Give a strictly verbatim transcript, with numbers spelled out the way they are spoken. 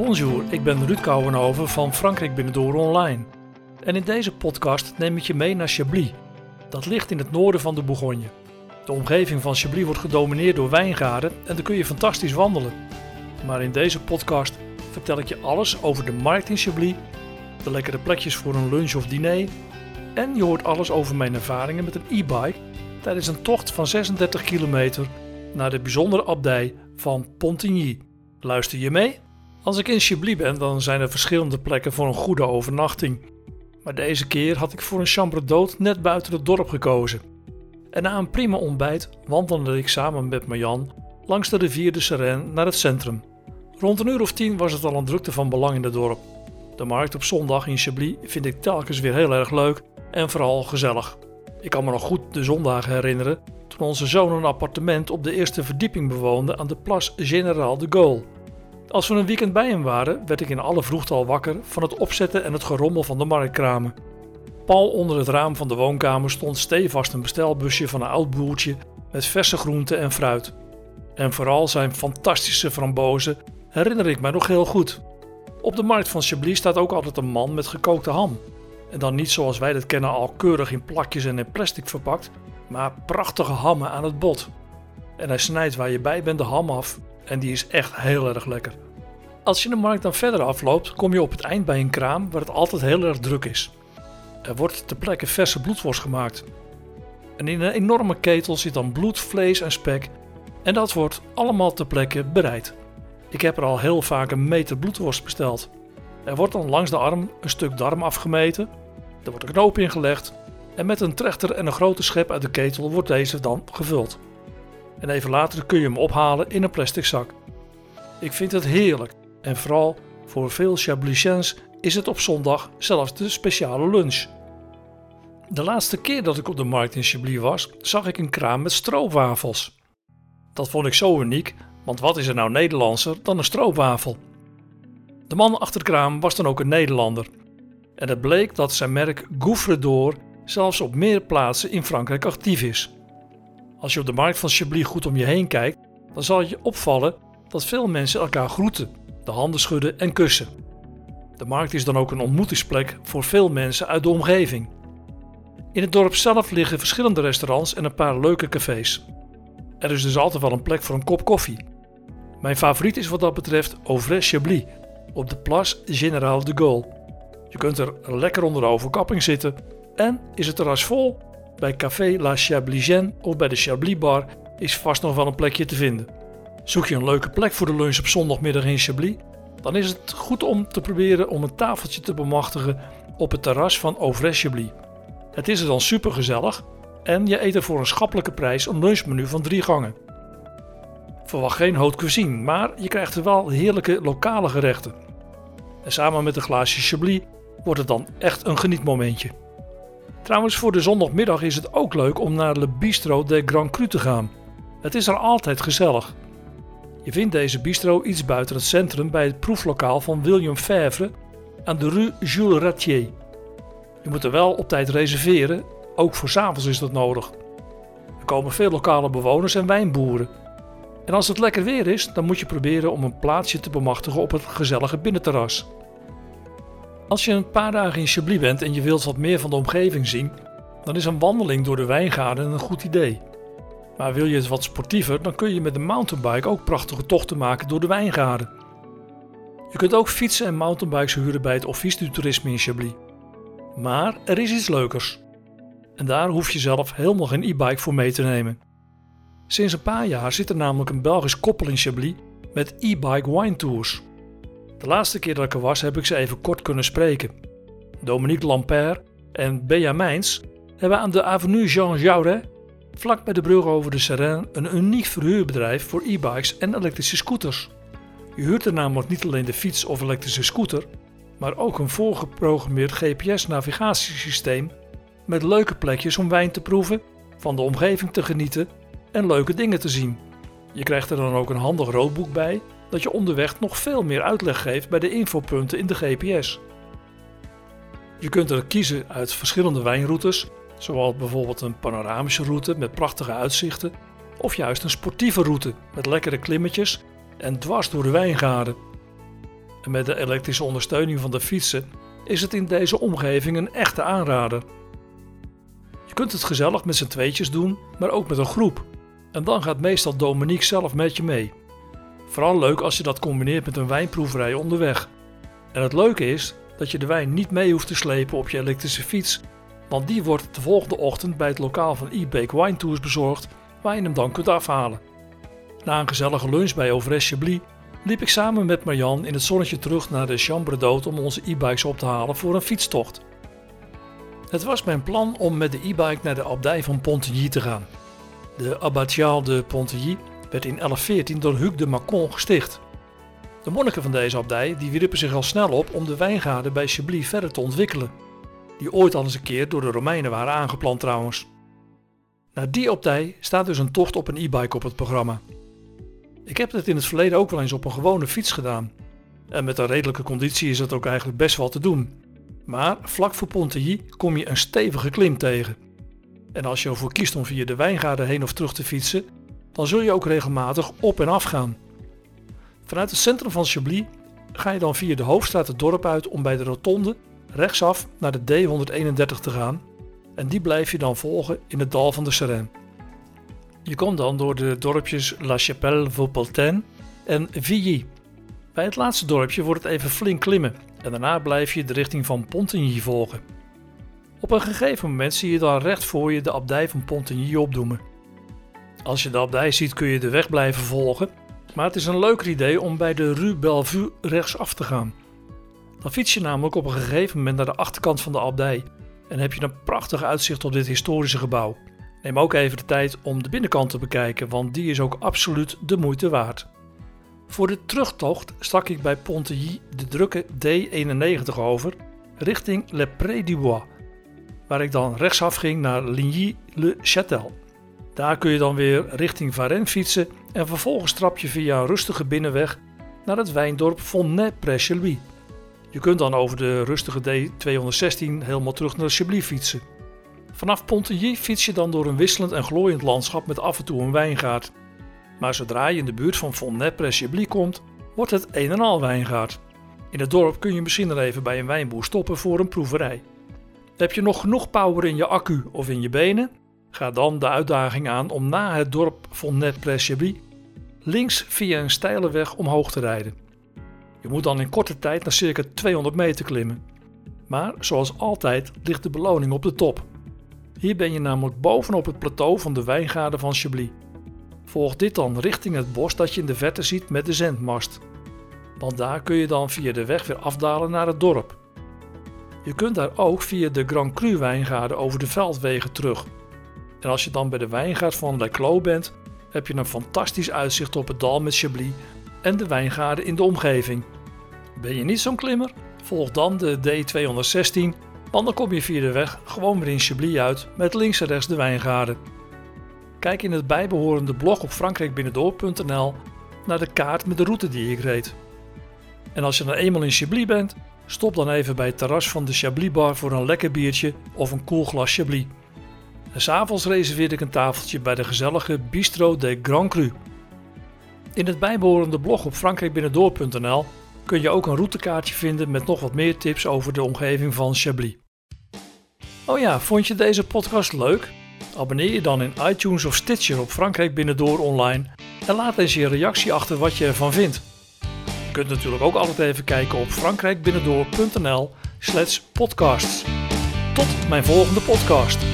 Bonjour, ik ben Ruud Kouwenhoven van Frankrijk Binnendoor Online. En in deze podcast neem ik je mee naar Chablis. Dat ligt in het noorden van de Bourgogne. De omgeving van Chablis wordt gedomineerd door wijngaarden en daar kun je fantastisch wandelen. Maar in deze podcast vertel ik je alles over de markt in Chablis, de lekkere plekjes voor een lunch of diner en je hoort alles over mijn ervaringen met een e-bike tijdens een tocht van zesendertig kilometer naar de bijzondere abdij van Pontigny. Luister je mee? Als ik in Chablis ben, dan zijn er verschillende plekken voor een goede overnachting. Maar deze keer had ik voor een chambre d'hôte net buiten het dorp gekozen. En na een prima ontbijt wandelde ik samen met Marjan langs de rivier de Sereine naar het centrum. Rond een uur of tien was het al een drukte van belang in het dorp. De markt op zondag in Chablis vind ik telkens weer heel erg leuk en vooral gezellig. Ik kan me nog goed de zondagen herinneren toen onze zoon een appartement op de eerste verdieping bewoonde aan de Place Général de Gaulle. Als we een weekend bij hem waren, werd ik in alle vroegte al wakker van het opzetten en het gerommel van de marktkramen. Pal onder het raam van de woonkamer stond stevast een bestelbusje van een oud boertje met verse groenten en fruit. En vooral zijn fantastische frambozen herinner ik mij nog heel goed. Op de markt van Chablis staat ook altijd een man met gekookte ham. En dan niet zoals wij dat kennen al keurig in plakjes en in plastic verpakt, maar prachtige hammen aan het bot. En hij snijdt waar je bij bent de ham af en die is echt heel erg lekker. Als je de markt dan verder afloopt, kom je op het eind bij een kraam waar het altijd heel erg druk is. Er wordt ter plekke verse bloedworst gemaakt. En in een enorme ketel zit dan bloed, vlees en spek en dat wordt allemaal ter plekke bereid. Ik heb er al heel vaak een meter bloedworst besteld. Er wordt dan langs de arm een stuk darm afgemeten, er wordt een knoop ingelegd en met een trechter en een grote schep uit de ketel wordt deze dan gevuld. En even later kun je hem ophalen in een plastic zak. Ik vind het heerlijk en vooral voor veel Chablisiens is het op zondag zelfs de speciale lunch. De laatste keer dat ik op de markt in Chablis was, zag ik een kraam met stroopwafels. Dat vond ik zo uniek, want wat is er nou Nederlandser dan een stroopwafel? De man achter de kraam was dan ook een Nederlander. En het bleek dat zijn merk Gouffre d'Or zelfs op meer plaatsen in Frankrijk actief is. Als je op de markt van Chablis goed om je heen kijkt, dan zal het je opvallen dat veel mensen elkaar groeten, de handen schudden en kussen. De markt is dan ook een ontmoetingsplek voor veel mensen uit de omgeving. In het dorp zelf liggen verschillende restaurants en een paar leuke cafés. Er is dus altijd wel een plek voor een kop koffie. Mijn favoriet is wat dat betreft Auvray Chablis, op de Place Général de Gaulle. Je kunt er lekker onder de overkapping zitten en is het terras vol? Bij Café La Chablisienne of bij de Chablis Bar is vast nog wel een plekje te vinden. Zoek je een leuke plek voor de lunch op zondagmiddag in Chablis? Dan is het goed om te proberen om een tafeltje te bemachtigen op het terras van Auvray Chablis. Het is er dan super gezellig en je eet er voor een schappelijke prijs een lunchmenu van drie gangen. Verwacht geen haute cuisine, maar je krijgt er wel heerlijke lokale gerechten. En samen met een glaasje Chablis wordt het dan echt een genietmomentje. Trouwens, voor de zondagmiddag is het ook leuk om naar Le Bistro des Grands Crus te gaan. Het is er altijd gezellig. Je vindt deze bistro iets buiten het centrum bij het proeflokaal van William Fèvre aan de rue Jules Ratier. Je moet er wel op tijd reserveren, ook voor 's avonds is dat nodig. Er komen veel lokale bewoners en wijnboeren. En als het lekker weer is, dan moet je proberen om een plaatsje te bemachtigen op het gezellige binnenterras. Als je een paar dagen in Chablis bent en je wilt wat meer van de omgeving zien, dan is een wandeling door de wijngaarden een goed idee. Maar wil je het wat sportiever, dan kun je met de mountainbike ook prachtige tochten maken door de wijngaarden. Je kunt ook fietsen en mountainbikes huren bij het Office du Tourisme in Chablis. Maar er is iets leukers. En daar hoef je zelf helemaal geen e-bike voor mee te nemen. Sinds een paar jaar zit er namelijk een Belgisch koppel in Chablis met e-bike wine tours. De laatste keer dat ik er was heb ik ze even kort kunnen spreken. Dominique Lampert en Bea Mijns hebben aan de Avenue Jean Jaurès, vlak bij de brug over de Sereine, een uniek verhuurbedrijf voor e-bikes en elektrische scooters. Je huurt er namelijk niet alleen de fiets of elektrische scooter, maar ook een voorgeprogrammeerd G P S-navigatiesysteem met leuke plekjes om wijn te proeven, van de omgeving te genieten en leuke dingen te zien. Je krijgt er dan ook een handig roadbook bij dat je onderweg nog veel meer uitleg geeft bij de infopunten in de G P S. Je kunt er kiezen uit verschillende wijnroutes, zoals bijvoorbeeld een panoramische route met prachtige uitzichten of juist een sportieve route met lekkere klimmetjes en dwars door de wijngaarden. En met de elektrische ondersteuning van de fietsen is het in deze omgeving een echte aanrader. Je kunt het gezellig met z'n tweetjes doen, maar ook met een groep. En dan gaat meestal Dominique zelf met je mee. Vooral leuk als je dat combineert met een wijnproeverij onderweg. En het leuke is dat je de wijn niet mee hoeft te slepen op je elektrische fiets, want die wordt de volgende ochtend bij het lokaal van E-Bake Wine Tours bezorgd, waar je hem dan kunt afhalen. Na een gezellige lunch bij Auvres Chablis liep ik samen met Marjan in het zonnetje terug naar de Chambre d'Hôte om onze e-bikes op te halen voor een fietstocht. Het was mijn plan om met de e-bike naar de abdij van Pontigny te gaan. De Abbatiale de Pontigny werd in elf veertien door Hugues de Mâcon gesticht. De monniken van deze abdij die wierpen zich al snel op om de wijngaarden bij Chablis verder te ontwikkelen, die ooit al eens een keer door de Romeinen waren aangeplant trouwens. Naar die abdij staat dus een tocht op een e-bike op het programma. Ik heb dit in het verleden ook wel eens op een gewone fiets gedaan. En met een redelijke conditie is dat ook eigenlijk best wel te doen. Maar vlak voor Pontigny kom je een stevige klim tegen. En als je ervoor kiest om via de wijngaarden heen of terug te fietsen, dan zul je ook regelmatig op en af gaan. Vanuit het centrum van Chablis ga je dan via de hoofdstraat het dorp uit om bij de rotonde rechtsaf naar de D honderdeenendertig te gaan. En die blijf je dan volgen in het dal van de Sereine. Je komt dan door de dorpjes La Chapelle-Vaupeltin en Villy. Bij het laatste dorpje wordt het even flink klimmen en daarna blijf je de richting van Pontigny volgen. Op een gegeven moment zie je dan recht voor je de abdij van Pontigny opdoemen. Als je de abdij ziet kun je de weg blijven volgen, maar het is een leuker idee om bij de Rue Bellevue rechtsaf te gaan. Dan fiets je namelijk op een gegeven moment naar de achterkant van de abdij en heb je een prachtig uitzicht op dit historische gebouw. Neem ook even de tijd om de binnenkant te bekijken, want die is ook absoluut de moeite waard. Voor de terugtocht stak ik bij Pontigny de drukke D eenennegentig over richting Le Pré du Bois, waar ik dan rechtsaf ging naar Ligny-le-Châtel. Daar kun je dan weer richting Varennes fietsen en vervolgens trap je via een rustige binnenweg naar het wijndorp Fontenay-près-Chablis. Je kunt dan over de rustige D tweehonderdzestien helemaal terug naar Chablis fietsen. Vanaf Pontigny fiets je dan door een wisselend en glooiend landschap met af en toe een wijngaard. Maar zodra je in de buurt van Fontenay-près-Chablis komt, wordt het een en al wijngaard. In het dorp kun je misschien er even bij een wijnboer stoppen voor een proeverij. Heb je nog genoeg power in je accu of in je benen? Ga dan de uitdaging aan om na het dorp Fontenay-près-Chablis links via een steile weg omhoog te rijden. Je moet dan in korte tijd naar circa tweehonderd meter klimmen. Maar zoals altijd ligt de beloning op de top. Hier ben je namelijk bovenop het plateau van de wijngaarden van Chablis. Volg dit dan richting het bos dat je in de verte ziet met de zendmast. Want daar kun je dan via de weg weer afdalen naar het dorp. Je kunt daar ook via de Grand Cru wijngaarden over de veldwegen terug. En als je dan bij de wijngaard van Le Clos bent, heb je een fantastisch uitzicht op het dal met Chablis en de wijngaarden in de omgeving. Ben je niet zo'n klimmer? Volg dan de D tweehonderdzestien, want dan kom je via de weg gewoon weer in Chablis uit met links en rechts de wijngaarden. Kijk in het bijbehorende blog op frankrijkbinnendoor punt n l naar de kaart met de route die ik reed. En als je dan eenmaal in Chablis bent, stop dan even bij het terras van de Chablis Bar voor een lekker biertje of een koel glas Chablis. En 's avonds reserveerde ik een tafeltje bij de gezellige Bistro des Grand Cru. In het bijbehorende blog op frankrijkbinnendoor punt n l kun je ook een routekaartje vinden met nog wat meer tips over de omgeving van Chablis. Oh ja, vond je deze podcast leuk? Abonneer je dan in iTunes of Stitcher op Frankrijk Binnendoor online en laat eens je reactie achter wat je ervan vindt. Je kunt natuurlijk ook altijd even kijken op frankrijkbinnendoor punt n l slash podcasts. Tot mijn volgende podcast.